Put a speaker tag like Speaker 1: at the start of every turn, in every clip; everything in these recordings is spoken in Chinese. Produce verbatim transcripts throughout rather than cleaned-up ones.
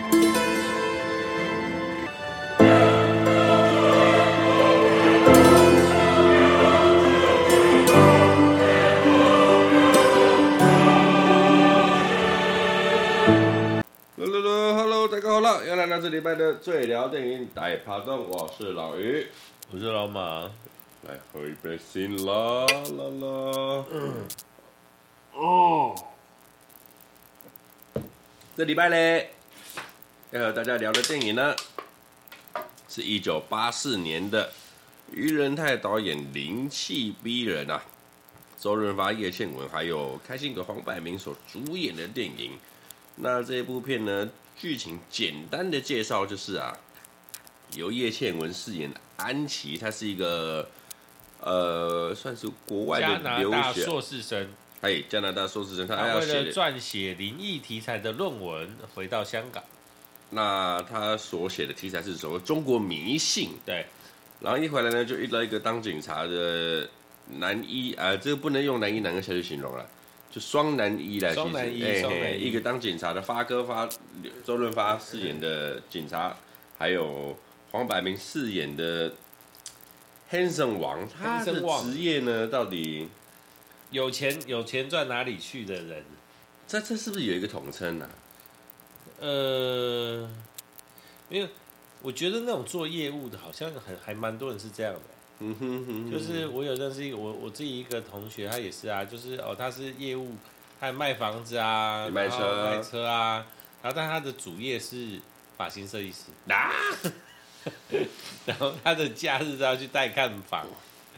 Speaker 1: Hello，大家好了，又来到这礼拜的最聊电影大爬动，我是老于，
Speaker 2: 我是老马，
Speaker 1: 来喝一杯新啦啦啦。嗯，
Speaker 2: 哦，
Speaker 1: 这礼拜嘞，要和大家聊的电影呢，是一九八四年的于仁泰导演灵气逼人啊，周润发、叶倩文还有开心果黄百鸣所主演的电影。那这部片呢，剧情简单的介绍就是啊，由叶倩文饰演的安琪，她是一个呃，算是国外的留学
Speaker 2: 加拿大硕士生，
Speaker 1: 哎，加拿大硕士生，他
Speaker 2: 他为
Speaker 1: 要写
Speaker 2: 了撰写灵异题材的论文，回到香港。
Speaker 1: 那他所写的题材是什么？中国迷信。
Speaker 2: 对，
Speaker 1: 然后一回来呢，就遇到一个当警察的男一啊、呃，这个不能用男一男二下去形容了。就双男一来，
Speaker 2: 双男一，
Speaker 1: 欸、
Speaker 2: 双男一，
Speaker 1: 一个当警察的发哥发周润发饰演的警察，还有黄百鸣饰演的 Hanson 王，他的职业呢，到底
Speaker 2: 有钱有钱赚哪里去的人？
Speaker 1: 这这是不是有一个统称啊？
Speaker 2: 呃，因为我觉得那种做业务的，好像很还蛮多人是这样的。
Speaker 1: 嗯哼哼哼，
Speaker 2: 就是我有认识一个我我自己一个同学，他也是啊，就是哦，他是业务，他卖房子啊，
Speaker 1: 卖车
Speaker 2: 卖车啊，然后但他的主业是发型设计师
Speaker 1: 啊，
Speaker 2: 然后他的假日都要去带看房。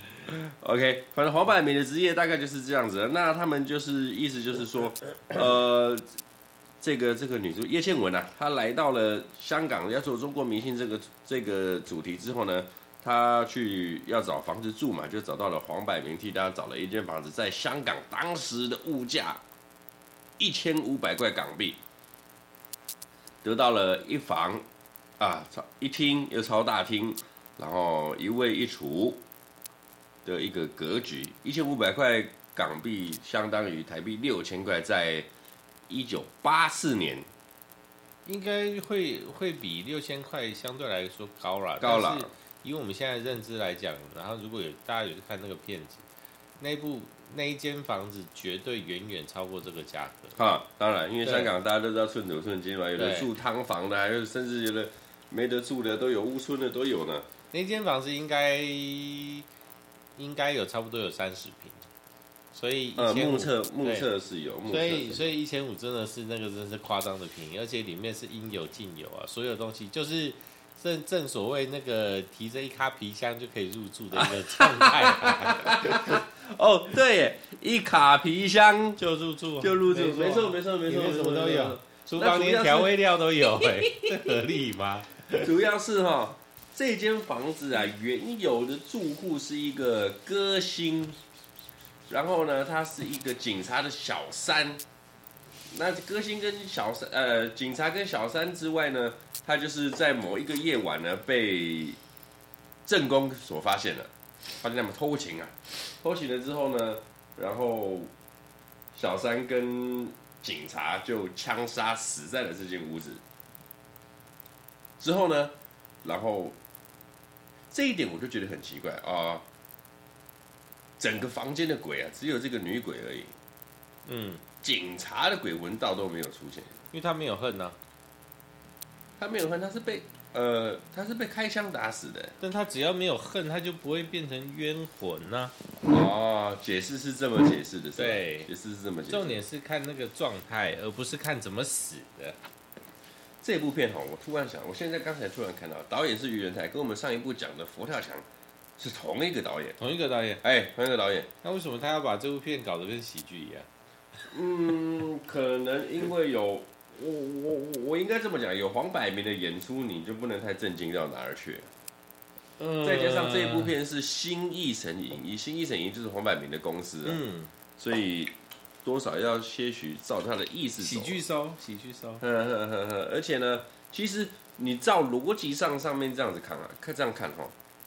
Speaker 1: OK， 反正黄百鸣的职业大概就是这样子。那他们就是意思就是说，呃，这个这个女主叶倩文啊，她来到了香港，要做中国迷信这个这个主题之后呢。他去要找房子住嘛，就找到了黄百鸣替他找了一间房子，在香港当时的物价一千五百块港币，得到了一房啊，一厅又超大厅，然后一卫一厨的一个格局，一千五百块港币相当于台币六千块，在一九八四年，
Speaker 2: 应该会会比六千块相对来说高啦，
Speaker 1: 高啦。
Speaker 2: 以我们现在认知来讲，然后如果有大家有去看那个片子，那部那一间房子绝对远远超过这个价格。
Speaker 1: 啊，当然，因为香港大家都知道寸土寸金嘛，有的住汤房的，还有甚至有的没得住的都有，屋村的都有呢。
Speaker 2: 那间房子应该应该有差不多有三十平，所以
Speaker 1: 呃，目测目测是有，
Speaker 2: 所以所以一千五真的是那个真是夸张的便宜，而且里面是应有尽有啊，所有东西就是。正正所谓那个提着一卡皮箱就可以入住的一个状态、啊。
Speaker 1: 哦，对耶，一卡皮箱
Speaker 2: 就入住，
Speaker 1: 就入住，没错没错没错，
Speaker 2: 什么都有，厨房连调味料都有、欸，哎，这合理吗？
Speaker 1: 主要是哈，这间房子啊，原有的住户是一个歌星，然后呢，他是一个警察的小三。那歌星跟小三，呃，警察跟小三之外呢，他就是在某一个夜晚呢，被正宫所发现了，发现他们偷情啊，偷情了之后呢，然后小三跟警察就枪杀死在了这间屋子。之后呢，然后这一点我就觉得很奇怪啊，整个房间的鬼啊，只有这个女鬼而已，嗯。警察的鬼魂道都没有出现，
Speaker 2: 因为他没有恨呐、啊，
Speaker 1: 他没有恨，他是被呃，他是被开枪打死的。
Speaker 2: 但他只要没有恨，他就不会变成冤魂呐、
Speaker 1: 啊。哦，解释是这么解释的，是吧？
Speaker 2: 对，
Speaker 1: 解释是这么解释。
Speaker 2: 重点是看那个状态，而不是看怎么死的。
Speaker 1: 这部片哈，我突然想，我现在刚才突然看到，导演是于仁泰，跟我们上一部讲的《佛跳墙》是同一个导演，
Speaker 2: 同一个导演，
Speaker 1: 哎、欸，同一个导演。
Speaker 2: 那为什么他要把这部片搞得跟喜剧一样？
Speaker 1: 嗯，可能因为有我我我应该这么讲，有黄百鸣的演出，你就不能太震惊到哪儿去。嗯，再加上这一部片是新艺城影艺，新艺城影艺就是黄百鸣的公司啊，嗯，所以多少要些许照他的意思走。
Speaker 2: 喜剧收，喜剧收。
Speaker 1: 呵呵呵呵，而且呢，其实你照逻辑上上面这样子看啊，看这样看哈，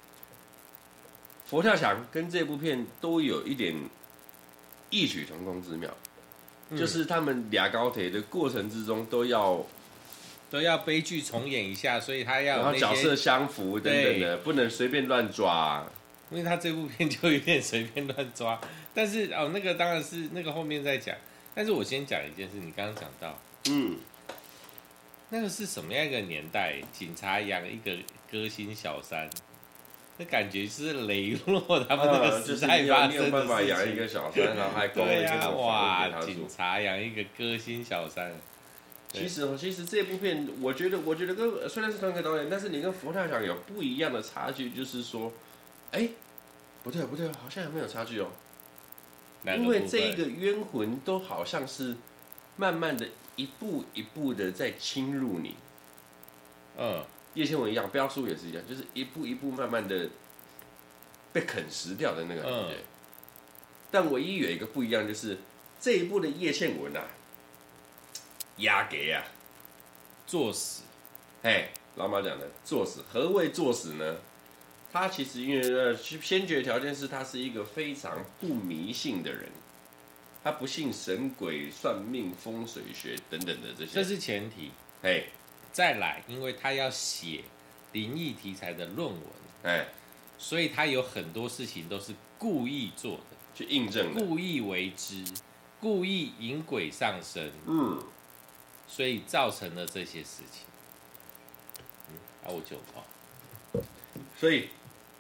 Speaker 1: 佛跳墙跟这部片都有一点异曲同工之妙。就是他们俩高铁的过程之中都要
Speaker 2: 都要悲剧重演一下，所以他要有那些
Speaker 1: 然后角色相符等等的，不能随便乱抓。
Speaker 2: 因为他这部片就有点随便乱抓，但是哦，那个当然是那个后面再讲。但是我先讲一件事，你刚刚讲到，
Speaker 1: 嗯，
Speaker 2: 那个是什么样一个年代？警察养一个歌星小三，那感觉是雷洛他们那个时代发生的事情。
Speaker 1: 你有办法养一个小三，然后还供了一个
Speaker 2: 哇，
Speaker 1: 房
Speaker 2: 警察养一个歌星小三。
Speaker 1: 其实哦，其实这部片，我觉得，我觉得跟虽然是同一个导演，但是你跟佛跳墙有不一样的差距，就是说，哎，不对不对，好像也没有差距哦。因为这一个冤魂都好像是慢慢的一步一步的在侵入你。
Speaker 2: 嗯，
Speaker 1: 叶倩文一样，标书也是一样，就是一步一步慢慢的被啃食掉的那个感觉。嗯、但唯一有一个不一样，就是这一部的叶倩文啊。压给啊，
Speaker 2: 作死，
Speaker 1: 嘿，老马讲的作死。何谓作死呢？他其实因为呃，先决条件是他是一个非常不迷信的人，他不信神鬼、算命、风水学等等的这些，
Speaker 2: 这是前提。
Speaker 1: 嘿，
Speaker 2: 再来，因为他要写灵异题材的论文，
Speaker 1: 哎，
Speaker 2: 所以他有很多事情都是故意做的，
Speaker 1: 去印证的，
Speaker 2: 故意为之，故意引鬼上身，
Speaker 1: 嗯。
Speaker 2: 所以造成了这些事情。嗯，啊，我就好。
Speaker 1: 所以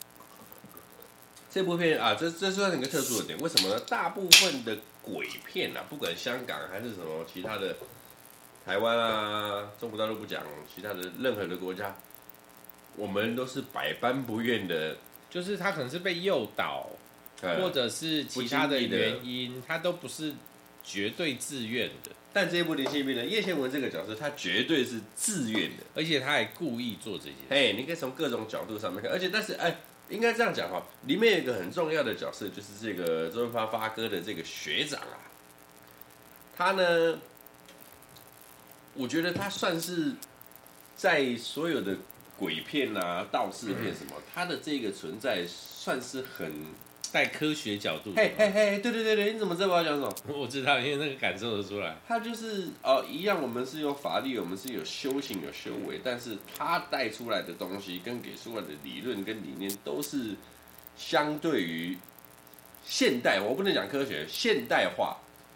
Speaker 1: 这部片啊，这这算是一个特殊的点。为什么呢？大部分的鬼片啊，不管香港还是什么其他的，台湾啊、中国大陆不讲，其他的任何的国家，我们都是百般不愿的。
Speaker 2: 就是他可能是被诱导，或者是其他的原因，他都不是绝对自愿的。
Speaker 1: 但这一部《灵性病人》，叶倩文这个角色，他绝对是自愿的，
Speaker 2: 而且他还故意做这些。
Speaker 1: 哎，你可以从各种角度上面看，而且但是哎，应该这样讲哈，里面有一个很重要的角色，就是这个周润发发哥的这个学长啊，他呢，我觉得他算是在所有的鬼片啊、道士片什么，嗯、他的这个存在算是很。
Speaker 2: 带科学角度，
Speaker 1: 嘿嘿嘿，对对对对，你怎么知道我要讲什么？
Speaker 2: 我知道，因为那个感受得出来。
Speaker 1: 他就是哦，一样，我们是有法律，我们是有修行、有修为，但是他带出来的东西跟给出来的理论跟理念，都是相对于现代，我不能讲科学，现代化。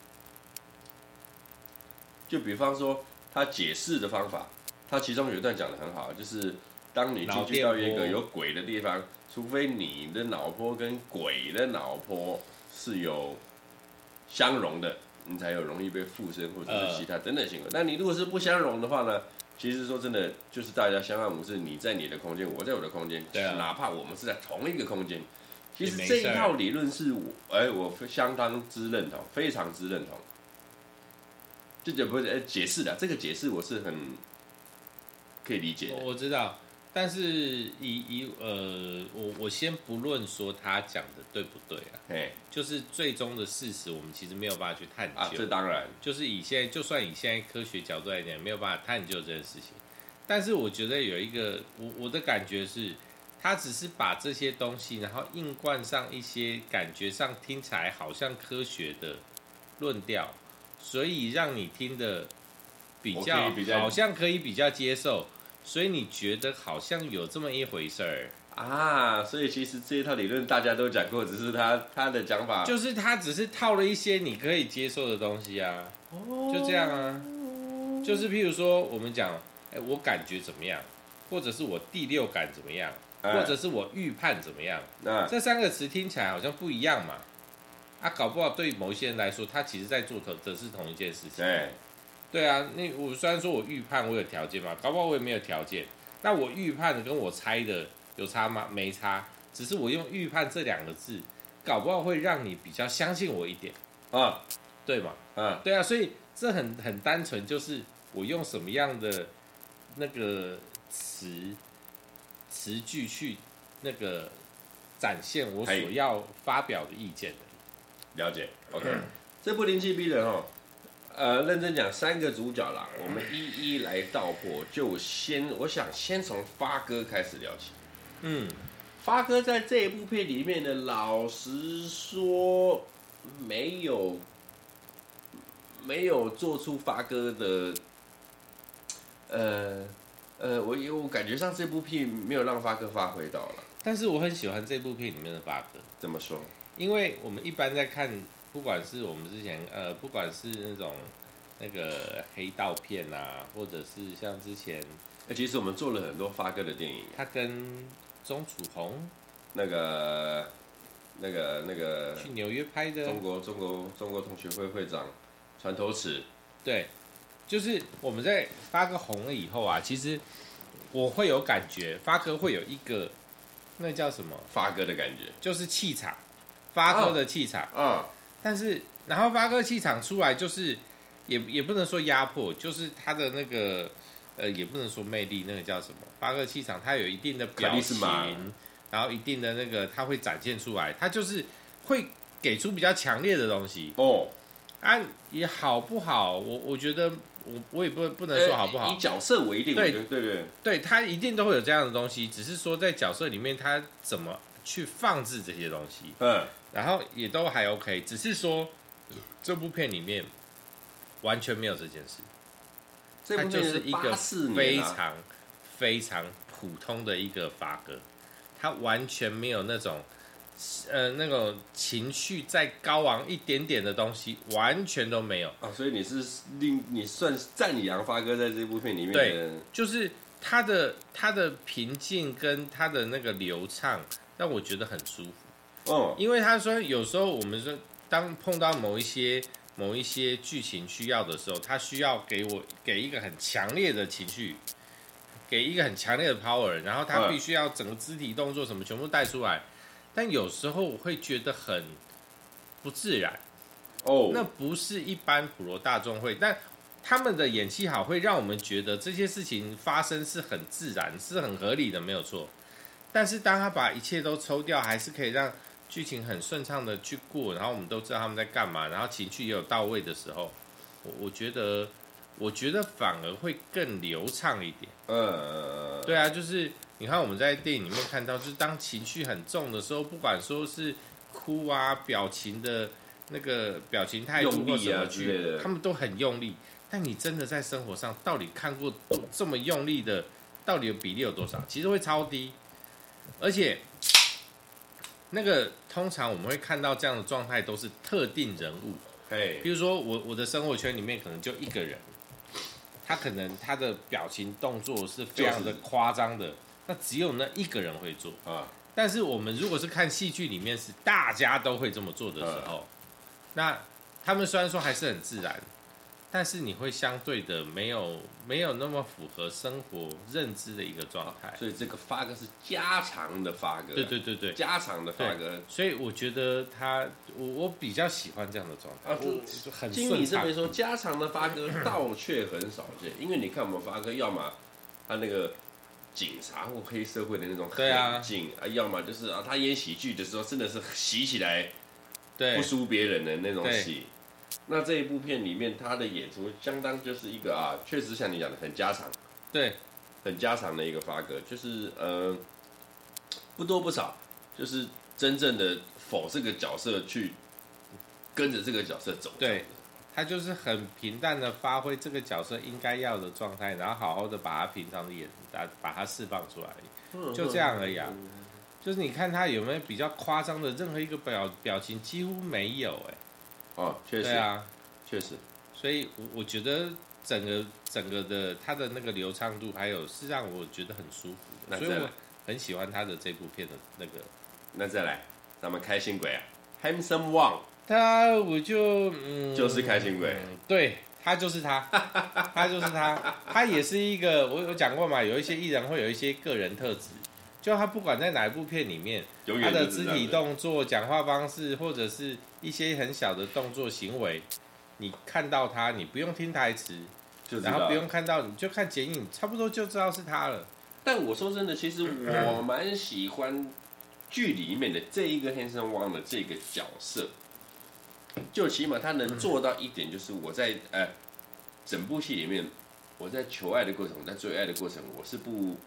Speaker 1: 就比方说，他解释的方法，他其中有一段讲得很好，就是当你进去到一个有鬼的地方。除非你的脑波跟鬼的脑波是有相容的，你才有容易被附身或者是其他等等行为。那、呃、你如果是不相容的话呢？其实说真的，就是大家相安无事，你在你的空间，我在我的空间，啊、哪怕我们是在同一个空间，其实这一套理论是我，哎，我相当之认同，非常之认同。这就不是解释的，这个解释我是很可以理解的。
Speaker 2: 我知道。但是以以呃，我我先不论说他讲的对不对啊，
Speaker 1: 嘿，
Speaker 2: 就是最终的事实，我们其实没有办法去探究。
Speaker 1: 啊，这当然，
Speaker 2: 就是以现在，就算以现在科学角度来讲，没有办法探究这件事情。但是我觉得有一个，我我的感觉是，他只是把这些东西，然后硬灌上一些感觉上听起来好像科学的论调，所以让你听的比较，比较好像可以比较接受。所以你觉得好像有这么一回事儿
Speaker 1: 啊？所以其实这一套理论大家都讲过，只是他他的讲法
Speaker 2: 就是他只是套了一些你可以接受的东西啊，哦、就这样啊。就是譬如说我们讲，哎，我感觉怎么样，或者是我第六感怎么样，哎、或者是我预判怎么样，哎、这三个词听起来好像不一样嘛。啊，搞不好对某一些人来说，他其实在做的是同一件事情。
Speaker 1: 哎
Speaker 2: 对啊，那我虽然说我预判我有条件嘛，搞不好我也没有条件。那我预判的跟我猜的有差吗？没差，只是我用预判这两个字，搞不好会让你比较相信我一点啊，对吗？啊，对啊，所以这很很单纯，就是我用什么样的那个词词句去那个展现我所要发表的意见的。
Speaker 1: 了解 ，OK， 这部灵气逼人哦。呃，认真讲，三个主角啦，我们一一来道破。就先，我想先从发哥开始聊起。嗯，发哥在这一部片里面呢，老实说，没有没有做出发哥的， 呃呃，我我感觉上这部片没有让发哥发挥到了。
Speaker 2: 但是我很喜欢这部片里面的发哥，
Speaker 1: 怎么说？
Speaker 2: 因为我们一般在看，不管是我们之前呃，不管是那种那个黑道片啊，或者是像之前，
Speaker 1: 欸、其实我们做了很多发哥的电影，
Speaker 2: 他跟钟楚红
Speaker 1: 那个那个那个
Speaker 2: 去纽约拍的
Speaker 1: 中国中国中国同学会会长船头尺，
Speaker 2: 对，就是我们在发哥红了以后啊，其实我会有感觉，发哥会有一个那叫什么？
Speaker 1: 发哥的感觉，
Speaker 2: 就是气场，发哥的气场啊、
Speaker 1: 哦。
Speaker 2: 但是然后发哥气场出来，就是也也不能说压迫，就是他的那个呃，也不能说魅力，那个叫什么？发哥气场，他有一定的表情，然后一定的那个他会展现出来，他就是会给出比较强烈的东西
Speaker 1: 哦。
Speaker 2: 啊，也好不好？我我觉得我我也不不能说好不好，
Speaker 1: 以角色为定，
Speaker 2: 对
Speaker 1: 对对对，
Speaker 2: 对他一定都会有这样的东西，只是说在角色里面他怎么去放置这些东西，
Speaker 1: 嗯，
Speaker 2: 然后也都还 OK， 只是说这部片里面完全没有这件事，
Speaker 1: 这部
Speaker 2: 它就是一个非常非常普通的一个发哥，他完全没有那种呃那种情绪再高昂一点点的东西，完全都没有
Speaker 1: 啊。所以你是令你算赞扬发哥在这部片里面的，
Speaker 2: 对，就是他的他的平静跟他的那个流畅，让我觉得很舒服。
Speaker 1: 哦，
Speaker 2: 因为他说有时候我们说，当碰到某一些某一些剧情需要的时候，他需要给我给一个很强烈的情绪，给一个很强烈的 power， 然后他必须要整个肢体动作什么全部带出来。但有时候我会觉得很不自然，
Speaker 1: 哦，
Speaker 2: 那不是一般普罗大众会，但他们的演技好，会让我们觉得这些事情发生是很自然，是很合理的，没有错。但是当他把一切都抽掉，还是可以让剧情很顺畅的去过，然后我们都知道他们在干嘛，然后情绪也有到位的时候，我我觉得，我觉得反而会更流畅一点。
Speaker 1: 呃，
Speaker 2: 对啊，就是你看我们在电影里面看到，就是当情绪很重的时候，不管说是哭啊、表情的那个表情态度或什么去，他们都很用力。但你真的在生活上到底看过这么用力的，到底有比例有多少？其实会超低，而且那个通常我们会看到这样的状态都是特定人物，
Speaker 1: 哎，
Speaker 2: 比如说我我的生活圈里面可能就一个人。他可能他的表情动作是非常的夸张的，那只有那一个人会做啊。但是我们如果是看戏剧里面是大家都会这么做的时候，嗯、那他们虽然说还是很自然，但是你会相对的没有没有那么符合生活认知的一个状态。
Speaker 1: 所以这个发哥是家常的发哥，
Speaker 2: 对对对对，
Speaker 1: 家常的发哥。
Speaker 2: 所以我觉得他我我比较喜欢这样的状态，啊、我很顺
Speaker 1: 畅。经你这边说家常的发哥倒却很少见，因为你看我们发哥，要么他那个警察或黑社会的那种狠劲啊，要么就是啊他演喜剧的时候真的是喜起来，不输别人的那种戏。那这一部片里面，他的演出相当就是一个啊，确实像你讲的很家常，
Speaker 2: 对，
Speaker 1: 很家常的一个发哥，就是呃不多不少，就是真正的否这个角色去跟着这个角色走，
Speaker 2: 对，他就是很平淡的发挥这个角色应该要的状态，然后好好的把他平常的演把把它释放出来，就这样而已啊。就是你看他有没有比较夸张的任何一个表表情，几乎没有哎、欸。
Speaker 1: 哦，确实，
Speaker 2: 对啊，
Speaker 1: 确实，
Speaker 2: 所以我我觉得整个整个的他的那个流畅度，还有是让我觉得很舒服的，所以我很喜欢他的这部片的那个。
Speaker 1: 那再来，咱们开心鬼啊 ，Handsome Wang，
Speaker 2: 他我就嗯，
Speaker 1: 就是开心鬼，
Speaker 2: 嗯、对他就是他，他就是他，他也是一个我有讲过嘛，有一些艺人会有一些个人特质。就他不管在哪一部片里面，他的肢体动作、讲话方式，或者是一些很小的动作行为，你看到他，你不用听台词，然后不用看到，你就看剪影，差不多就知道是他了。
Speaker 1: 但我说真的，其实我蛮喜欢剧里面的这一个黑森汪的这个角色，就起码他能做到一点，就是我在呃整部戏里面，我在求爱的过程，我在追爱的过程，我是不。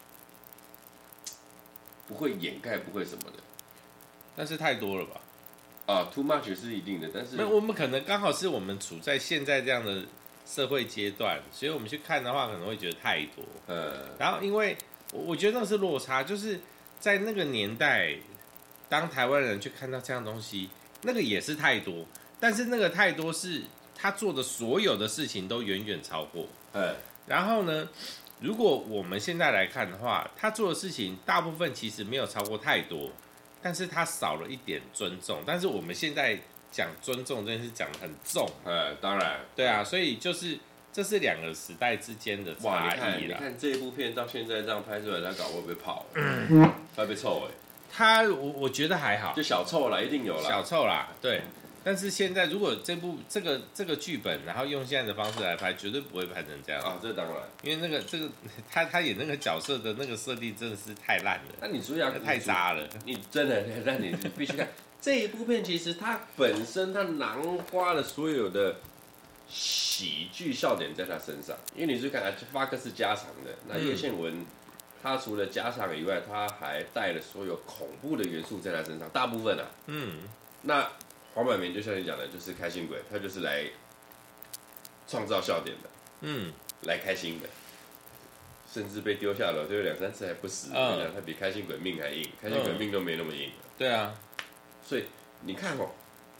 Speaker 1: 不会掩盖，不会什么的，
Speaker 2: 但是太多了吧？
Speaker 1: 啊 ，too much 是一定的，但是
Speaker 2: 我们可能刚好是我们处在现在这样的社会阶段，所以我们去看的话，可能会觉得太多。
Speaker 1: 呃，
Speaker 2: 然后因为我我觉得那是落差，就是在那个年代，当台湾人去看到这样东西，那个也是太多，但是那个太多是他做的所有的事情都远远超过。
Speaker 1: 呃，
Speaker 2: 然后呢，如果我们现在来看的话，他做的事情大部分其实没有超过太多，但是他少了一点尊重。但是我们现在讲尊重这件事讲得很重，
Speaker 1: 呃，当然，
Speaker 2: 对啊，所以就是这是两个时代之间的
Speaker 1: 哇，
Speaker 2: 差
Speaker 1: 你看，
Speaker 2: 异啦。
Speaker 1: 你看这一部片到现在这样拍出来，他搞会不会跑？会被臭哎，
Speaker 2: 他我我觉得还好，
Speaker 1: 就小臭啦，一定有啦。
Speaker 2: 小臭啦，对。但是现在如果这部这个这个剧本，然后用现在的方式来拍，绝对不会拍成这样
Speaker 1: 啊，这当然，
Speaker 2: 因为那个这个他他演那个角色的那个设定真的是太烂了，
Speaker 1: 那你说要
Speaker 2: 太渣了。
Speaker 1: 你真的，那你必须看这一部片，其实它本身它囊括了所有的喜剧笑点在他身上，因为你去看啊，发克是加长的，那叶倩文。他除了加长以外，他还带了所有恐怖的元素在他身上，大部分啊，
Speaker 2: 嗯，
Speaker 1: 那黄百鸣就像你讲的，就是开心鬼，他就是来创造笑点的，
Speaker 2: 嗯，
Speaker 1: 来开心的，甚至被丢下楼丢两三次还不死，嗯、他比开心鬼命还硬，开心鬼命都没那么硬、嗯。
Speaker 2: 对啊，
Speaker 1: 所以你看哦，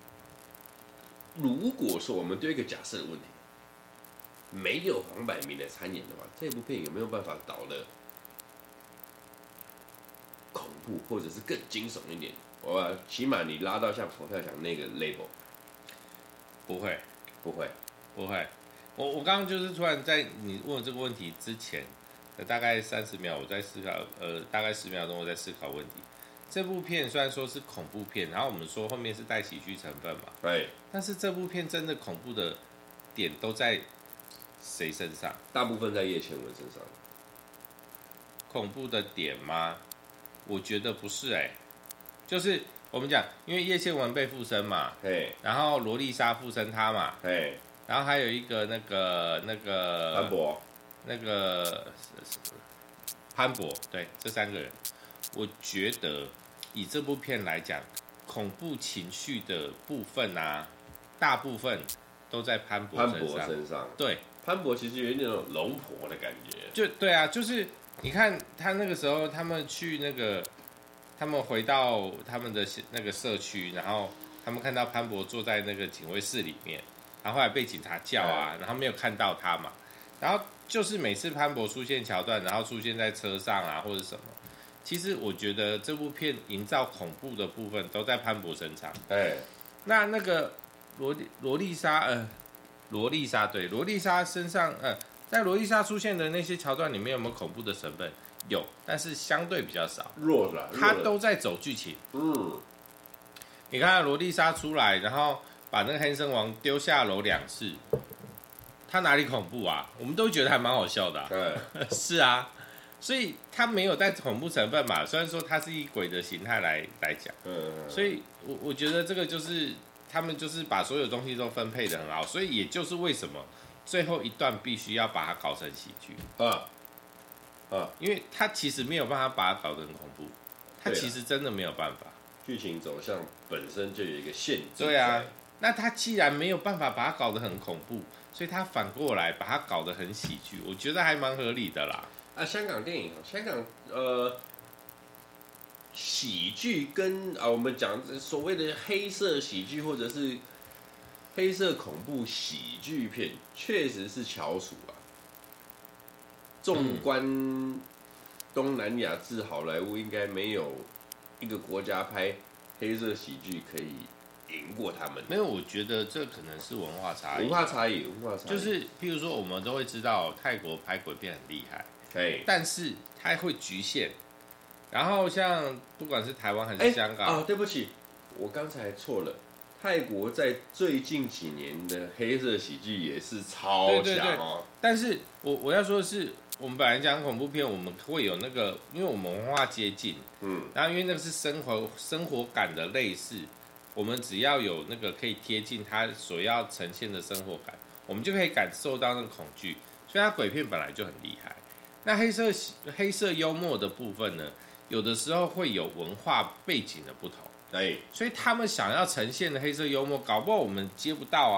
Speaker 1: 如果说我们丢一个假设的问题，没有黄百鸣的参演的话，这部片有没有办法导的恐怖，或者是更惊悚一点？我起码你拉到像佛跳墙那个 level，
Speaker 2: 不会，
Speaker 1: 不会，
Speaker 2: 不会。我我刚刚就是突然在你问我这个问题之前的大概三十秒，我在思考，呃，大概十秒钟我在思考问题。这部片虽然说是恐怖片，然后我们说后面是带喜剧成分嘛，
Speaker 1: 对，
Speaker 2: 但是这部片真的恐怖的点都在谁身上？
Speaker 1: 大部分在叶倩文身上。
Speaker 2: 恐怖的点吗？我觉得不是哎、欸，就是我们讲，因为叶倩文被附身嘛，
Speaker 1: 嘿，
Speaker 2: 然后罗丽莎附身她嘛，
Speaker 1: 嘿，
Speaker 2: 然后还有一个那个那个
Speaker 1: 潘博，
Speaker 2: 那个潘博，对，这三个人，我觉得以这部片来讲，恐怖情绪的部分啊，大部分都在潘博
Speaker 1: 潘
Speaker 2: 身上。
Speaker 1: 博身上，
Speaker 2: 对，
Speaker 1: 潘博其实有那种龙婆的感觉。
Speaker 2: 就对啊，就是你看他那个时候，他们去那个，他们回到他们的那个社区，然后他们看到潘博坐在那个警卫室里面，然后后来被警察叫啊，然后没有看到他嘛，然后就是每次潘博出现桥段，然后出现在车上啊或者什么，其实我觉得这部片营造恐怖的部分都在潘博身上。
Speaker 1: 哎，
Speaker 2: 那那个罗罗丽莎，呃，罗丽莎对，罗丽莎身上，呃。在罗丽莎出现的那些桥段里面有没有恐怖的成分？有，但是相对比较少。
Speaker 1: 弱了，
Speaker 2: 他都在走剧情。
Speaker 1: 嗯，
Speaker 2: 你看罗丽莎出来，然后把那个黑森王丢下楼两次，他哪里恐怖啊？我们都觉得还蛮好笑的、啊。
Speaker 1: 对，
Speaker 2: 是啊，所以他没有带恐怖成分嘛。虽然说他是以鬼的形态来来讲，
Speaker 1: 嗯，
Speaker 2: 所以我我觉得这个就是他们就是把所有东西都分配的很好，所以也就是为什么。最后一段必须要把它搞成喜剧
Speaker 1: 啊啊，
Speaker 2: 因为他其实没有办法把它搞得很恐怖，他其实真的没有办法。
Speaker 1: 剧情走向本身就有一个限制。
Speaker 2: 对啊，那他既然没有办法把它搞得很恐怖，所以他反过来把它搞得很喜剧，我觉得还蛮合理的啦。
Speaker 1: 啊，香港电影，香港呃，喜剧跟啊我们讲所谓的黑色喜剧或者是。黑色恐怖喜剧片确实是翘楚啊。纵观东南亚至好莱坞，应该没有一个国家拍黑色喜剧可以赢过他们。
Speaker 2: 没有，我觉得这可能是文化差异。
Speaker 1: 文化差异，文化差异。
Speaker 2: 就是，譬如说，我们都会知道泰国拍鬼片很厉害，
Speaker 1: 对，
Speaker 2: 但是它会局限。然后像不管是台湾还是香港，
Speaker 1: 啊，对不起，我刚才错了。泰国在最近几年的黑色喜剧也是超强哦。
Speaker 2: 但是我我要说的是，我们本来讲恐怖片，我们会有那个，因为我们文化接近，嗯，然后因为那个是生活生活感的类似，我们只要有那个可以贴近它所要呈现的生活感，我们就可以感受到那个恐惧。所以它鬼片本来就很厉害。那黑色黑色幽默的部分呢，有的时候会有文化背景的不同。
Speaker 1: 对，
Speaker 2: 所以他们想要呈现的黑色幽默，搞不好我们接不到啊。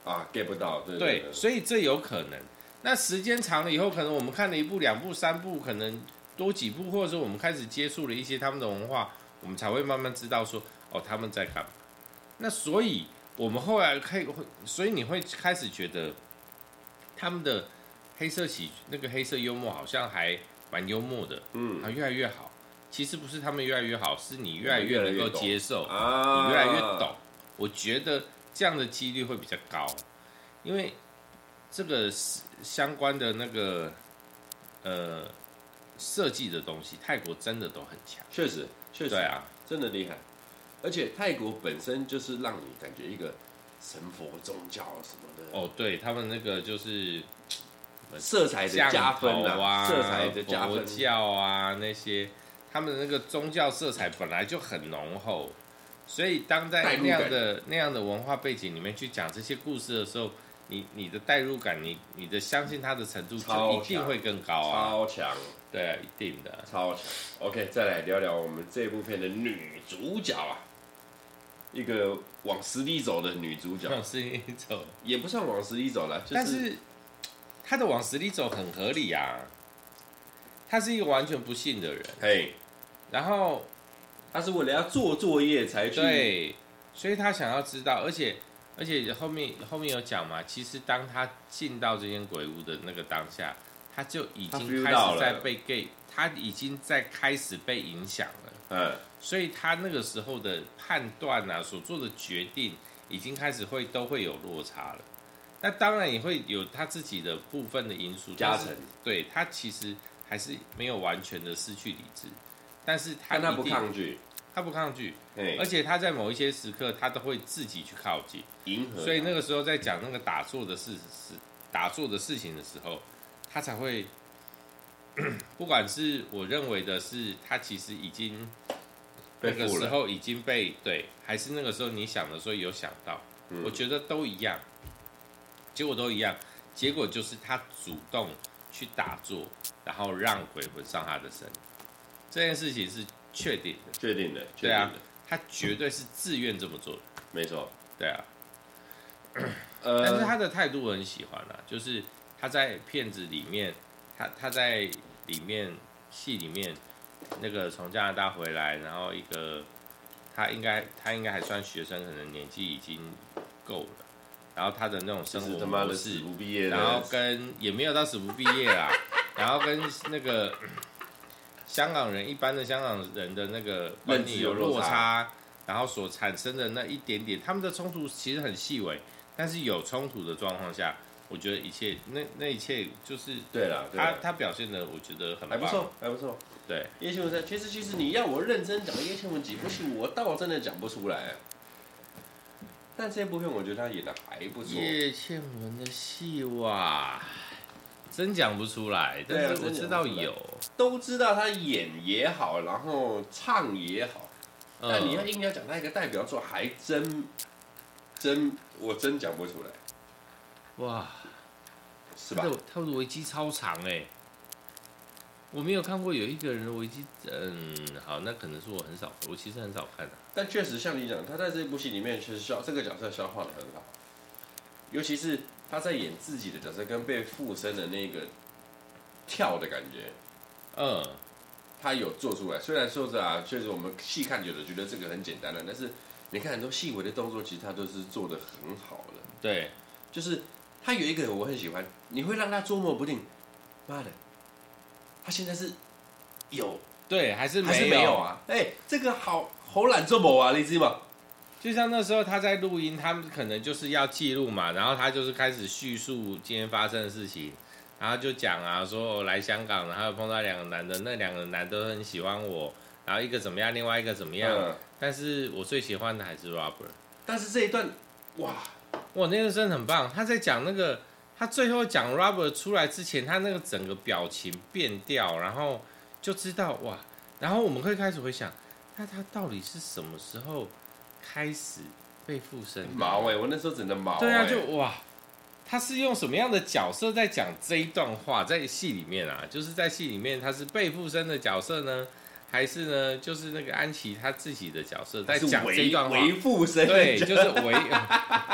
Speaker 1: 啊 get 不到，对
Speaker 2: 对
Speaker 1: 对对，
Speaker 2: 所以这有可能。那时间长了以后，可能我们看了一部、两部、三部，可能多几部，或者说我们开始接触了一些他们的文化，我们才会慢慢知道说，哦，他们在干嘛。那所以我们后来可以，所以你会开始觉得他们的黑色喜那个黑色幽默好像还蛮幽默的，
Speaker 1: 嗯，
Speaker 2: 啊，越来越好。其实不是他们越来越好，是你越来越能够接受，
Speaker 1: 啊，
Speaker 2: 你越来越懂。我觉得这样的几率会比较高，因为这个相关的那个呃设计的东西，泰国真的都很强。
Speaker 1: 确实，确实，
Speaker 2: 对啊，
Speaker 1: 真的厉害。而且泰国本身就是让你感觉一个神佛宗教什么的，
Speaker 2: 哦，对他们那个就是
Speaker 1: 色彩的加分
Speaker 2: 啊，
Speaker 1: 色彩的加分，
Speaker 2: 佛教啊那些，他们的那个宗教色彩本来就很浓厚，所以当在那样的那样的文化背景里面去讲这些故事的时候，你你的代入感，你你的相信它的程度就一定会更高啊，
Speaker 1: 超强，
Speaker 2: 对啊，一定的，
Speaker 1: 超强。OK， 再来聊聊我们这部片的女主角啊，一个往死里走的女主角，
Speaker 2: 往死里走
Speaker 1: 也不算往死里走了，就是、
Speaker 2: 但是她的往死里走很合理啊，她是一个完全不信的人，
Speaker 1: 嘿，
Speaker 2: 然后
Speaker 1: 她是为了要做作业才去，
Speaker 2: 对，所以她想要知道，而且而且后面后面有讲嘛，其实当她进到这间鬼屋的那个当下，她就已经开始在被 gay， 她已经在开始被影响了，
Speaker 1: 嗯。
Speaker 2: 所以他那个时候的判断啊，所做的决定，已经开始会都会有落差了。那当然也会有他自己的部分的因素
Speaker 1: 加成，
Speaker 2: 对他其实还是没有完全的失去理智，但是他
Speaker 1: 但他不抗拒，
Speaker 2: 他不抗拒，而且他在某一些时刻，他都会自己去靠近，
Speaker 1: 迎合。
Speaker 2: 所以那个时候在讲那个打坐的事事打坐的事情的时候，他才会，不管是我认为的是，他其实已经。那个时候已经被对，还是那个时候你想的时候有想到，嗯、我觉得都一样，结果都一样，结果就是他主动去打坐，然后让鬼魂上他的身，这件事情是确定的，
Speaker 1: 确定的，
Speaker 2: 对啊，他绝对是自愿这么做的，
Speaker 1: 没错，
Speaker 2: 对啊，
Speaker 1: 呃，
Speaker 2: 但是他的态度我很喜欢啊，就是他在片子里面，他他在里面戏里面。那个从加拿大回来，然后一个他应该他应该还算学生，可能年纪已经够了。然后他的那种生活模式，然后跟也没有到死不毕业啦，然后跟那个香港人一般的香港人的那个观念有落差，然后所产生的那一点点，他们的冲突其实很细微，但是有冲突的状况下，我觉得一切那那一切就是
Speaker 1: 对了，
Speaker 2: 他他表现的我觉得很棒，
Speaker 1: 还不错，还不错。
Speaker 2: 对，
Speaker 1: 叶倩文其实其实你要我认真讲叶倩文几部戏，我倒真的讲不出来。但这部片我觉得他演的还不错。
Speaker 2: 叶倩文的戏哇，真讲不出来，但是我知道有，
Speaker 1: 都知道他演也好，然后唱也好，嗯、但你要硬要讲他一个代表作，还真真我真讲不出来。
Speaker 2: 哇，
Speaker 1: 是吧？
Speaker 2: 他的他的危机超长哎、欸。我没有看过有一个人的危机，嗯，好，那可能是我很少，我其实很少看的、啊。
Speaker 1: 但确实像你讲，他在这部戏里面其实消这个角色消化的很好，尤其是他在演自己的角色跟被附身的那个跳的感觉，
Speaker 2: 嗯，
Speaker 1: 他有做出来。虽然说着啊，确实我们细看久了觉得这个很简单了，但是你看很多细微的动作，其实他都是做的很好的。
Speaker 2: 对，
Speaker 1: 就是他有一个人我很喜欢，你会让他捉摸不定，妈的。他现在是有
Speaker 2: 对还是没有？
Speaker 1: 还是没有啊？哎、欸，这个好好懒做某啊，你知吗？
Speaker 2: 就像那时候他在录音，他们可能就是要记录嘛，然后他就是开始叙述今天发生的事情，然后就讲啊，说我来香港，然后碰到两个男的，那两个男的都很喜欢我，然后一个怎么样，另外一个怎么样，嗯、但是我最喜欢的还是 Robert。
Speaker 1: 但是这一段，哇
Speaker 2: 哇，那个真的很棒，他在讲那个。他最后讲 Robert 出来之前，他那个整个表情变掉，然后就知道哇，然后我们会开始回想，那他到底是什么时候开始被附身？
Speaker 1: 毛哎、欸，我那时候真的毛、欸。
Speaker 2: 对啊，就哇，他是用什么样的角色在讲这一段话？在戏里面啊，就是在戏里面他是被附身的角色呢，还是呢，就是那个安琪他自己的角色在讲这一段话？
Speaker 1: 为附身，
Speaker 2: 对，就是为。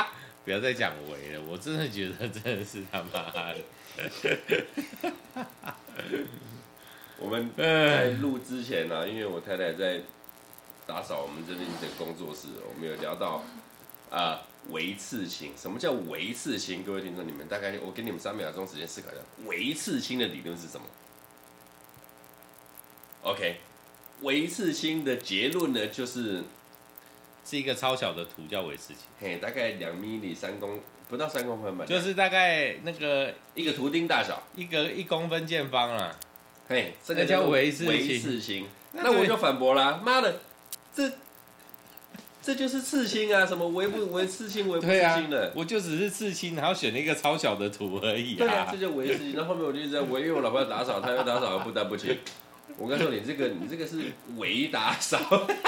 Speaker 2: 不要再讲维了，我真的觉得真的是他妈的。
Speaker 1: 我们在录之前呢、啊，因为我太太在打扫我们这边的工作室，我们有聊到啊微刺青。什么叫微刺青？各位听众，你们大概我给你们三秒钟时间思考一下，微刺青的理论是什么 ？OK， 微刺青的结论呢，就是
Speaker 2: 是一个超小的图叫微刺青，
Speaker 1: 嘿，大概两米里三公不到三公分吧，
Speaker 2: 就是大概那个
Speaker 1: 一个图钉大小，
Speaker 2: 一个一公分见方啦。
Speaker 1: 嘿，这个
Speaker 2: 叫微刺青。
Speaker 1: 微刺青，那我就反驳啦，妈的，这这就是刺青啊！什么微不微刺青，微不刺青的、
Speaker 2: 啊，我就只是刺青，然后选了一个超小的图而已啊。
Speaker 1: 对啊，这就微刺青。然后后面我就一直在微，因为我老婆要打扫，她要打扫，不得不清。我跟她说，你这个你这个是微打扫，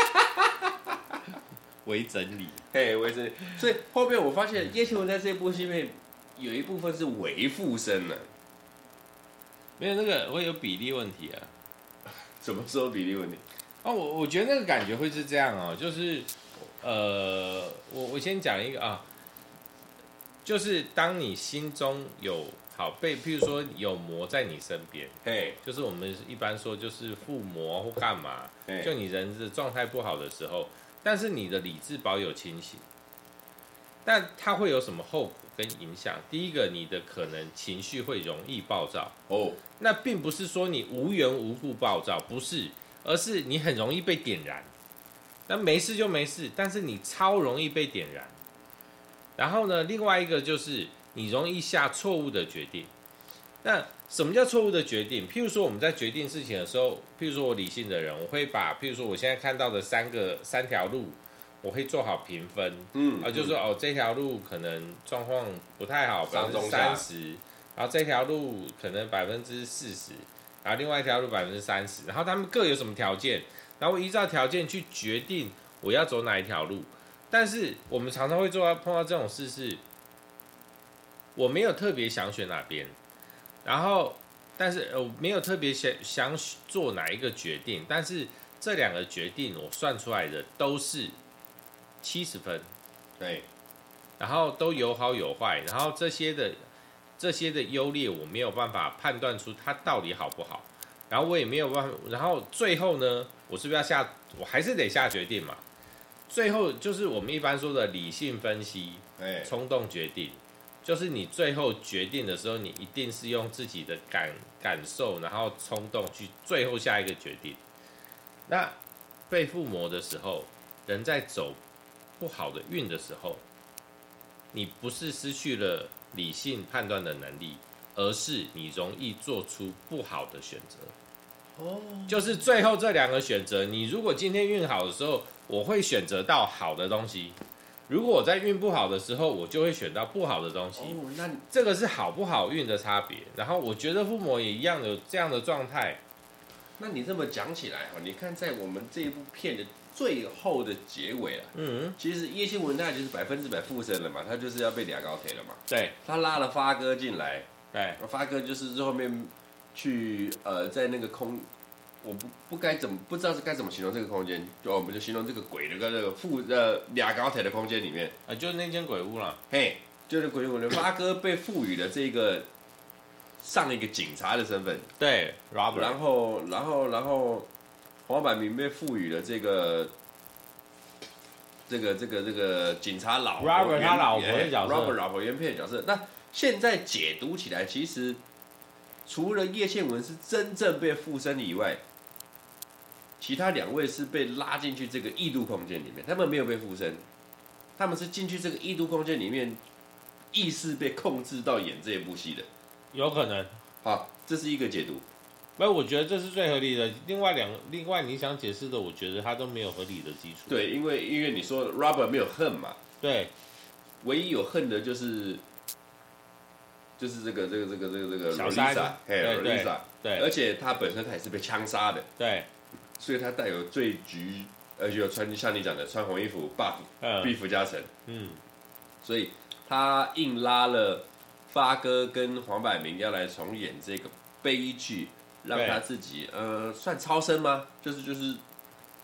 Speaker 2: 微整理，
Speaker 1: 嘿，微整理。所以后面我发现叶倩文在这部戏里面有一部分是微附身了。
Speaker 2: 没有那个会有比例问题啊。
Speaker 1: 什么时候比例问题？
Speaker 2: 哦，我我觉得那个感觉会是这样哦，就是呃，我我先讲一个啊，就是当你心中有好被，譬如说有魔在你身边，
Speaker 1: 嘿，
Speaker 2: 就是我们一般说就是附魔或干嘛，就你人的状态不好的时候，但是你的理智保有清醒，但它会有什么后果跟影响？第一个，你的可能情绪会容易暴躁
Speaker 1: 哦，
Speaker 2: 那并不是说你无缘无故暴躁，不是，而是你很容易被点燃。那没事就没事，但是你超容易被点燃。然后呢，另外一个就是你容易下错误的决定。那什么叫错误的决定？譬如说我们在决定事情的时候，譬如说我理性的人，我会把譬如说我现在看到的三个三条路。我会做好评分，嗯，啊，就是说哦，这条路可能状况不太好，百分之三十，然后这条路可能百分之四十，然后另外一条路百分之三十，然后他们各有什么条件，然后依照条件去决定我要走哪一条路。但是我们常常会做到碰到这种事是，我没有特别想选哪边，然后但是我没有特别想想做哪一个决定，但是这两个决定我算出来的都是。七十分，
Speaker 1: 对，
Speaker 2: 然后都有好有坏，然后这些的这些的优劣我没有办法判断出它到底好不好，然后我也没有办法，然后最后呢，我是不是要下，我还是得下决定嘛？最后就是我们一般说的理性分析，冲动决定，就是你最后决定的时候，你一定是用自己的感感受，然后冲动去最后下一个决定。那被附魔的时候，人在走。不好的运的时候，你不是失去了理性判断的能力，而是你容易做出不好的选择。哦，就是最后这两个选择，你如果今天运好的时候，我会选择到好的东西；如果我在运不好的时候，我就会选到不好的东西。哦，那这个是好不好运的差别。然后我觉得附魔也一样有这样的状态。
Speaker 1: 那你这么讲起来哈，你看在我们这一部片的。最后的结尾了，嗯，其实叶倩文他就是百分之百附身了嘛，他就是要被俩高铁了嘛，
Speaker 2: 对，
Speaker 1: 他拉了发哥进来，
Speaker 2: 对，
Speaker 1: 发哥就是后面去呃在那个空，我不不该怎么不知道是该怎么形容这个空间，就我们就形容这个鬼的跟那个附呃俩高铁的空间里面，
Speaker 2: 啊，就是那间鬼屋了，
Speaker 1: 嘿，就是鬼屋，发哥被赋予了这个上一个警察的身份，
Speaker 2: 对 ，Robert，
Speaker 1: 然后然后然后。黄百鸣被赋予了这个、这个、这个、这个警察老婆
Speaker 2: Robert 他老婆的角色
Speaker 1: ，Robert 老婆原配的角色。那现在解读起来，其实除了叶倩文是真正被附身以外，其他两位是被拉进去这个异度空间里面，他们没有被附身，他们是进去这个异度空间里面，意识被控制到演这一部戏的，
Speaker 2: 有可能。
Speaker 1: 好，这是一个解读。
Speaker 2: 那我觉得这是最合理的。另外两，另外你想解释的，我觉得它都没有合理的基础。
Speaker 1: 对，因为因为你说 Robert 没有恨嘛，
Speaker 2: 对，
Speaker 1: 唯一有恨的就是就是这个这个这个这个这个
Speaker 2: 小三，
Speaker 1: 嘿 ，Lisa，
Speaker 2: 对，
Speaker 1: 而且他本身他也是被枪杀的，
Speaker 2: 对，
Speaker 1: 所以他带有最局，而且有穿像你讲的穿红衣服 buff buff 加成，嗯，所以他硬拉了发哥跟黄百鸣要来重演这个悲剧。让他自己呃算超生吗？就是就是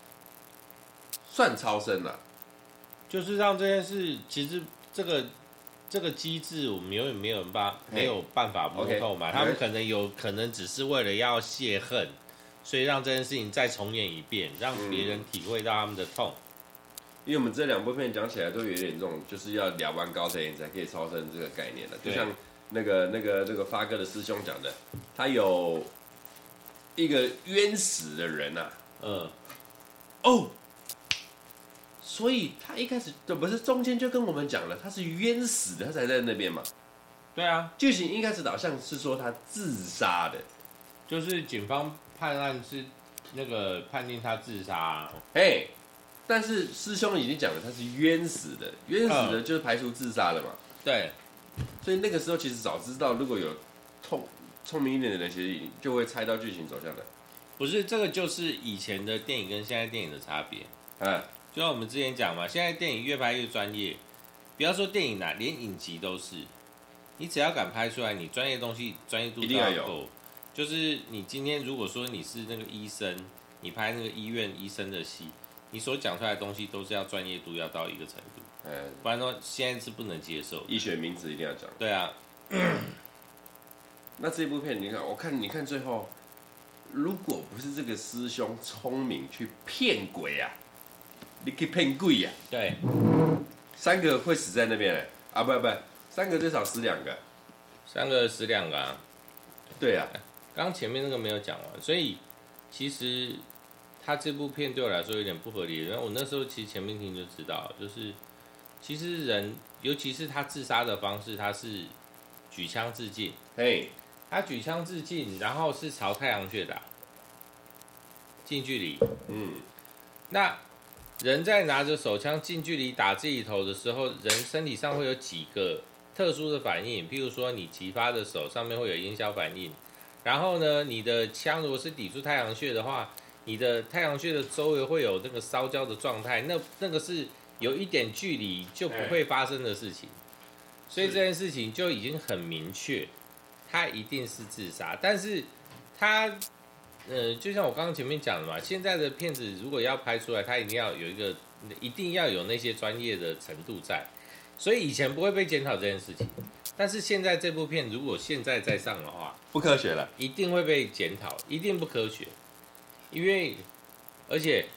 Speaker 1: 算超生了、啊，
Speaker 2: 就是让这件事，其实这个这个机制我们永远没有办没有办法摸透嘛。他们可能有可能只是为了要泄恨，所以让这件事情再重演一遍，让别人体会到他们的痛。嗯、
Speaker 1: 因为我们这两部片讲起来都有点这种，就是要聊完高才才可以超生这个概念的，就像那个那个那个发哥的师兄讲的，他有一个冤死的人啊，嗯，哦。所以他一开始就不是中间就跟我们讲了，他是冤死的，他才在那边嘛。
Speaker 2: 对啊，
Speaker 1: 剧情一开始导向是说他自杀的，
Speaker 2: 就是警方判案是那个判定他自杀、啊。
Speaker 1: 哎，但是师兄已经讲了他是冤死的，冤死的就是排除自杀了嘛。
Speaker 2: 对，
Speaker 1: 所以那个时候其实早知道，如果有聪聪明一点的人，其实就会猜到剧情走向的。
Speaker 2: 不是，这个就是以前的电影跟现在电影的差别。嗯。就像我们之前讲嘛，现在电影越拍越专业，不要说电影啦，连影集都是。你只要敢拍出来，你专业东西专业度都要够。就是你今天如果说你是那个医生，你拍那个医院医生的戏，你所讲出来的东西都是要专业度要到一个程度，嗯，不然说现在是不能接受。
Speaker 1: 医学名词一定要讲。
Speaker 2: 对啊。
Speaker 1: 那这部片你看，我看你看最后，如果不是这个师兄聪明去骗鬼啊！你可以骗鬼呀！
Speaker 2: 对，
Speaker 1: 三个会死在那边嘞啊！不不，三个最少死两个，
Speaker 2: 三个死两个啊！
Speaker 1: 对啊，
Speaker 2: 刚前面那个没有讲完，所以其实他这部片对我来说有点不合理。然后我那时候其实前面听就知道，就是其实人，尤其是他自杀的方式，他是举枪自尽。嘿，他举枪自尽，然后是朝太阳穴打，近距离。嗯，那。人在拿着手枪近距离打自己头的时候，人身体上会有几个特殊的反应，譬如说你击发的手上面会有烟硝反应，然后呢，你的枪如果是抵住太阳穴的话，你的太阳穴的周围会有那个烧焦的状态，那那个是有一点距离就不会发生的事情，所以这件事情就已经很明确，他一定是自杀，但是他。呃，就像我刚刚前面讲的嘛，现在的片子如果要拍出来，它一定要有一个，一定要有那些专业的程度在，所以以前不会被检讨这件事情，但是现在这部片如果现在再上的话，
Speaker 1: 不科学了，
Speaker 2: 一定会被检讨，一定不科学，因为而且，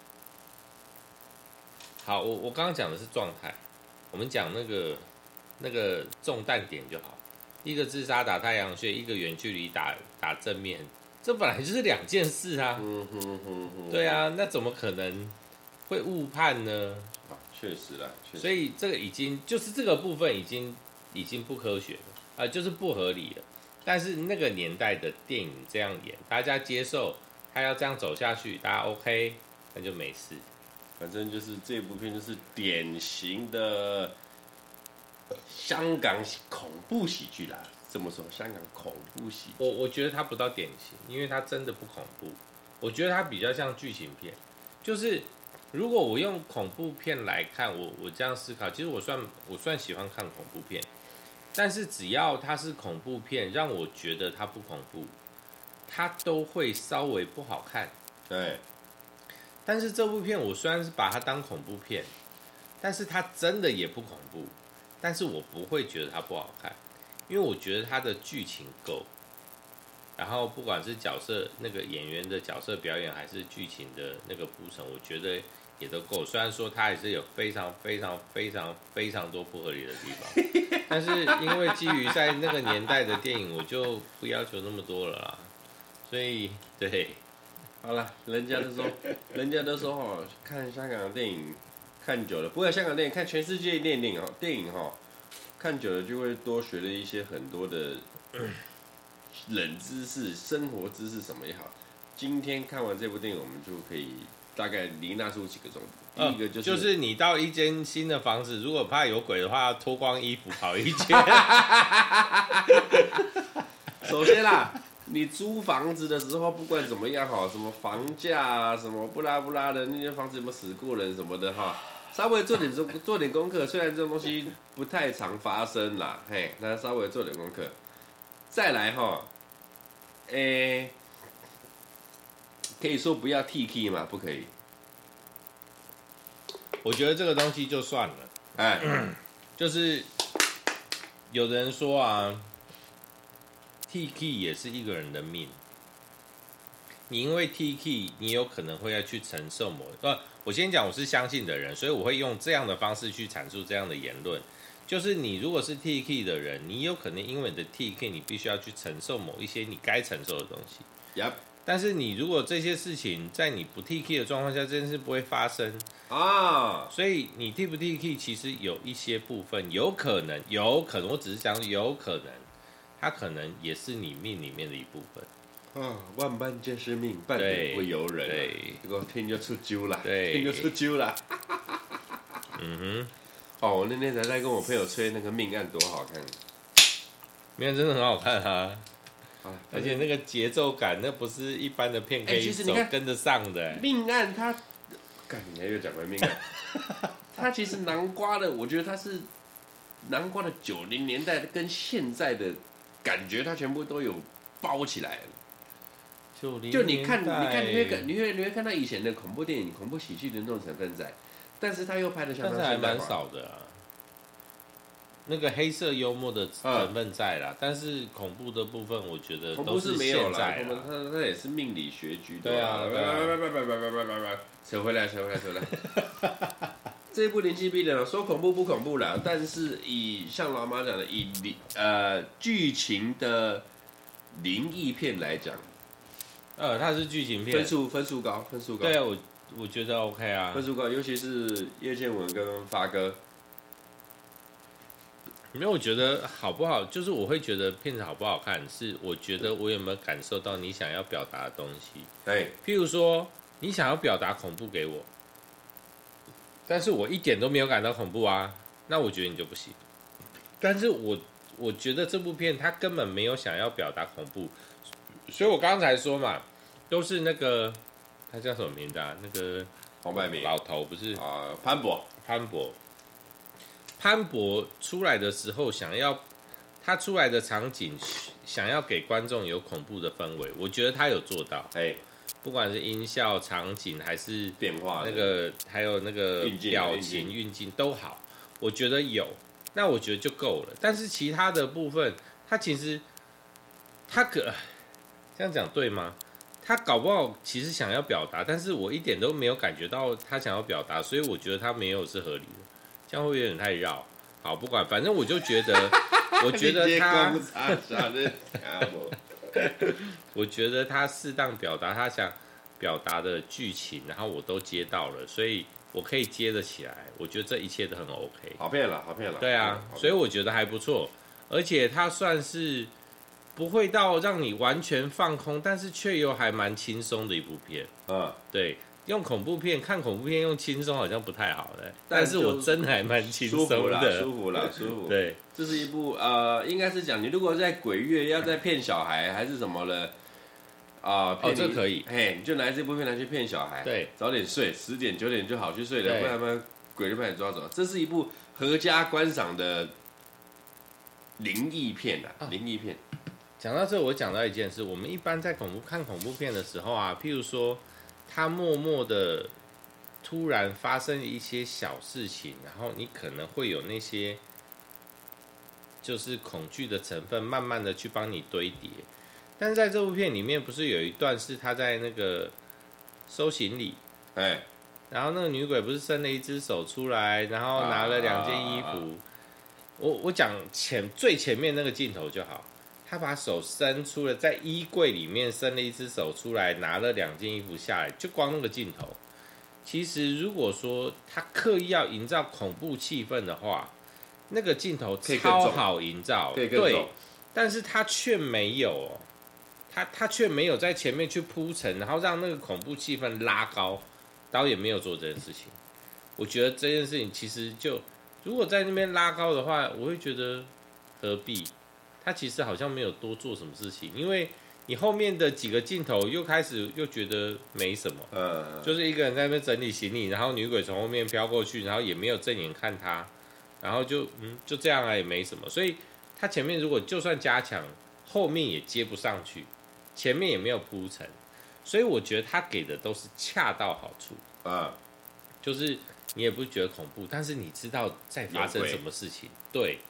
Speaker 2: 好，我我刚刚讲的是状态，我们讲那个那个中弹点就好，一个自杀打太阳穴，一个远距离打打正面。这本来就是两件事啊，嗯哼哼哼，对啊，那怎么可能会误判呢？
Speaker 1: 啊，确实啦，确实，
Speaker 2: 所以这个已经就是这个部分已经已经不科学了啊、呃，就是不合理了。但是那个年代的电影这样演，大家接受，他要这样走下去，大家 OK， 那就没事。
Speaker 1: 反正就是这部片就是典型的香港恐怖喜剧啦。这么说，香港恐怖喜剧，
Speaker 2: 我我觉得它不到典型，因为它真的不恐怖。我觉得它比较像剧情片，就是如果我用恐怖片来看，我我这样思考，其实我算我算喜欢看恐怖片，但是只要它是恐怖片，让我觉得它不恐怖，它都会稍微不好看。
Speaker 1: 对。
Speaker 2: 但是这部片我虽然是把它当恐怖片，但是它真的也不恐怖，但是我不会觉得它不好看。因为我觉得他的剧情够，然后不管是角色那个演员的角色表演，还是剧情的那个铺陈，我觉得也都够。虽然说他也是有非常非常非常非常多不合理的地方，但是因为基于在那个年代的电影，我就不要求那么多了啦。所以对，
Speaker 1: 好了，人家都说，人家都说哦，看香港的电影看久了，不过香港电影看全世界电影哦，电影哈。看久了就会多学了一些很多的冷知识、生活知识什么也好。今天看完这部电影，我们就可以大概归纳出几个重点。第一个就是、
Speaker 2: 呃，就是你到一间新的房子，如果怕有鬼的话，脱光衣服跑一间。
Speaker 1: 首先啦，你租房子的时候，不管怎么样哈，什么房价啊，什么不拉不拉的，那间房子有没有死过人什么的哈。稍微做点做做点功课，虽然这种东西不太常发生啦，嘿，那稍微做点功课，再来哈，诶、欸，可以说不要 T K 嘛，不可以。
Speaker 2: 我觉得这个东西就算了，哎，就是有的人说啊 ，T K 也是一个人的命。你因为 T K， 你有可能会要去承受某……呃，我先讲，我是相信的人，所以我会用这样的方式去阐述这样的言论。就是你如果是 T K 的人，你有可能因为你的 T K， 你必须要去承受某一些你该承受的东西。
Speaker 1: Yep.
Speaker 2: 但是你如果这些事情在你不 T K 的状况下，这件事不会发生
Speaker 1: 啊。
Speaker 2: 所以你 T 不 T K， 其实有一些部分有可能，有可能，我只是讲有可能，它可能也是你命里面的一部分。
Speaker 1: 啊，万般皆是命，半点不由人、啊。对，这个天就出揪了，天就出揪了。
Speaker 2: 嗯哼。
Speaker 1: 哦，我那天才在跟我朋友吹那个命案，多好看！
Speaker 2: 命案真的很好看啊，啊而且那个节奏感，那不是一般的片可以走跟得上的、欸。
Speaker 1: 命案它，干你还又讲回命案，它其实南瓜的，我觉得它是南瓜的九零年代跟现在的感觉，它全部都有包起来了。
Speaker 2: 就
Speaker 1: 你看，你看，你会看，你会你会看到以前的恐怖电影、恐怖喜剧的那种成分在。但是他又拍的相当
Speaker 2: 现代化，但是还蛮少的啊。那个黑色幽默的成分在啦，嗯、但是恐怖的部分，我觉得都是现在啦。
Speaker 1: 他他也是命理学居多。
Speaker 2: 对啊，对啊。
Speaker 1: 扯回来，扯回来，扯回来。这一部灵气逼人，说恐怖不恐怖啦，但是以像老马讲的，以呃剧情的灵异片来讲，
Speaker 2: 呃，它是剧情片，
Speaker 1: 分数分数高，分数高。
Speaker 2: 对啊，我。我觉得 OK 啊，
Speaker 1: 分数高，尤其是叶倩文跟发哥。
Speaker 2: 没有，我觉得好不好，就是我会觉得片子好不好看，是我觉得我有没有感受到你想要表达的东西。
Speaker 1: 对，
Speaker 2: 譬如说你想要表达恐怖给我，但是我一点都没有感到恐怖啊，那我觉得你就不行。但是我我觉得这部片它根本没有想要表达恐怖，所以我刚才说嘛，都是那个。他叫什么名字啊？那个
Speaker 1: 黄百鸣
Speaker 2: 老头不是
Speaker 1: 啊、呃，潘博，
Speaker 2: 潘博，潘博出来的时候，想要他出来的场景，想要给观众有恐怖的氛围，我觉得他有做到。
Speaker 1: 哎，
Speaker 2: 不管是音效、场景还是
Speaker 1: 变化，
Speaker 2: 那个还有那个表情、运镜都好，我觉得有，那我觉得就够了。但是其他的部分，他其实他可这样讲对吗？他搞不好其实想要表达，但是我一点都没有感觉到他想要表达，所以我觉得他没有是合理的，这样会有点太绕。好，不管，反正我就觉得，我觉得他，我觉得他适当表达他想表达的剧情，然后我都接到了，所以我可以接得起来。我觉得这一切都很 OK。
Speaker 1: 好片了，好片了。
Speaker 2: 对啊，所以我觉得还不错，而且他算是。不会到让你完全放空，但是却又还蛮轻松的一部片。
Speaker 1: 嗯，
Speaker 2: 对，用恐怖片看恐怖片用轻松好像不太好的，但是我真的还蛮轻松的，
Speaker 1: 舒服了，舒服。
Speaker 2: 对，
Speaker 1: 这是一部呃，应该是讲你如果在鬼月要在骗小孩还是什么了啊？
Speaker 2: 哦，这可以，
Speaker 1: 嘿，你就拿这部片来去骗小孩，
Speaker 2: 对，
Speaker 1: 早点睡，十点九点就好去睡了，不然他们鬼就把你抓走。这是一部合家观赏的灵异片啊，灵异片。
Speaker 2: 讲到这，我讲到一件事，我们一般在恐怖看恐怖片的时候啊，譬如说，他默默的突然发生一些小事情，然后你可能会有那些就是恐惧的成分，慢慢的去帮你堆叠。但是在这部片里面，不是有一段是他在那个收行李，
Speaker 1: 哎，
Speaker 2: 然后那个女鬼不是伸了一只手出来，然后拿了两件衣服。啊啊啊啊我我讲前最前面那个镜头就好。他把手伸出了，在衣柜里面伸了一只手出来，拿了两件衣服下来，就光那个镜头。其实如果说他刻意要营造恐怖气氛的话，那个镜头超好营造，对，但是他却没有、哦，他他却没有在前面去铺陈，然后让那个恐怖气氛拉高。导演没有做这件事情，我觉得这件事情其实就如果在那边拉高的话，我会觉得何必？他其实好像没有多做什么事情，因为你后面的几个镜头又开始又觉得没什么，
Speaker 1: 呃，
Speaker 2: 就是一个人在那边整理行李，然后女鬼从后面飘过去，然后也没有正眼看他，然后就嗯就这样啊，也没什么，所以他前面如果就算加强，后面也接不上去，前面也没有铺陈，所以我觉得他给的都是恰到好处
Speaker 1: 啊，
Speaker 2: 就是你也不觉得恐怖，但是你知道在发生什么事情，对。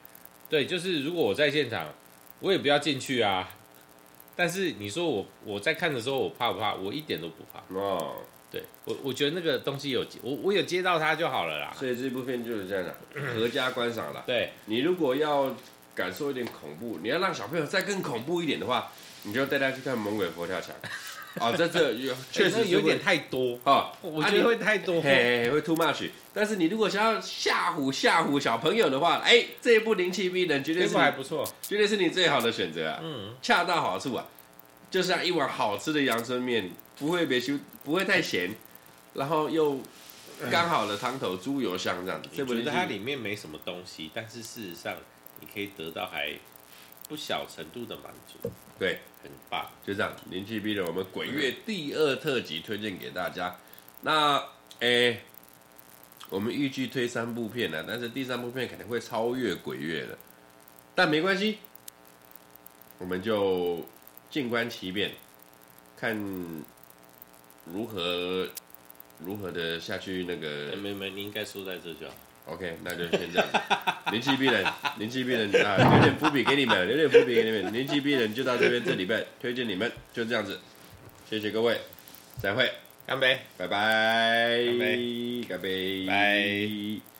Speaker 2: 对，就是如果我在现场，我也不要进去啊。但是你说我我在看的时候，我怕不怕？我一点都不怕。
Speaker 1: 哦，
Speaker 2: 对我我觉得那个东西有我我有接到它就好了啦。
Speaker 1: 所以这部片就是这样的，合家观赏啦。
Speaker 2: 对，
Speaker 1: 你如果要感受一点恐怖，你要让小朋友再更恐怖一点的话，你就带他去看《猛鬼佛跳墙》。哦，在这确实
Speaker 2: 有点太多
Speaker 1: 哦，
Speaker 2: 我觉得会太多，
Speaker 1: 嘿，会 too much。但是你如果想要吓唬吓唬小朋友的话，哎，这一部《灵气逼人》绝对是
Speaker 2: 还不错，
Speaker 1: 绝对是你最好的选择啊，
Speaker 2: 嗯，
Speaker 1: 恰到好处啊，就像一碗好吃的阳春面，不会别修，不会太咸，然后又刚好的汤头，猪油香这样子。
Speaker 2: 我觉得它里面没什么东西，但是事实上你可以得到还不小程度的满足。
Speaker 1: 对，
Speaker 2: 很棒，
Speaker 1: 就这样，灵气逼人，我们鬼月第二特辑推荐给大家。那，诶，我们预计推三部片呢，但是第三部片可能会超越鬼月了，但没关系，我们就静观其变，看如何如何的下去那个。
Speaker 2: 没没，你应该说在这就好。
Speaker 1: OK， 那就先这样子。灵气逼人，灵气逼人啊，有点伏笔给你们，有点伏笔给你们。灵气逼人就到这边，这礼拜推荐你们，就这样子。谢谢各位，再会，
Speaker 2: 干杯，
Speaker 1: 拜拜，
Speaker 2: 干杯，
Speaker 1: 干杯，
Speaker 2: 拜。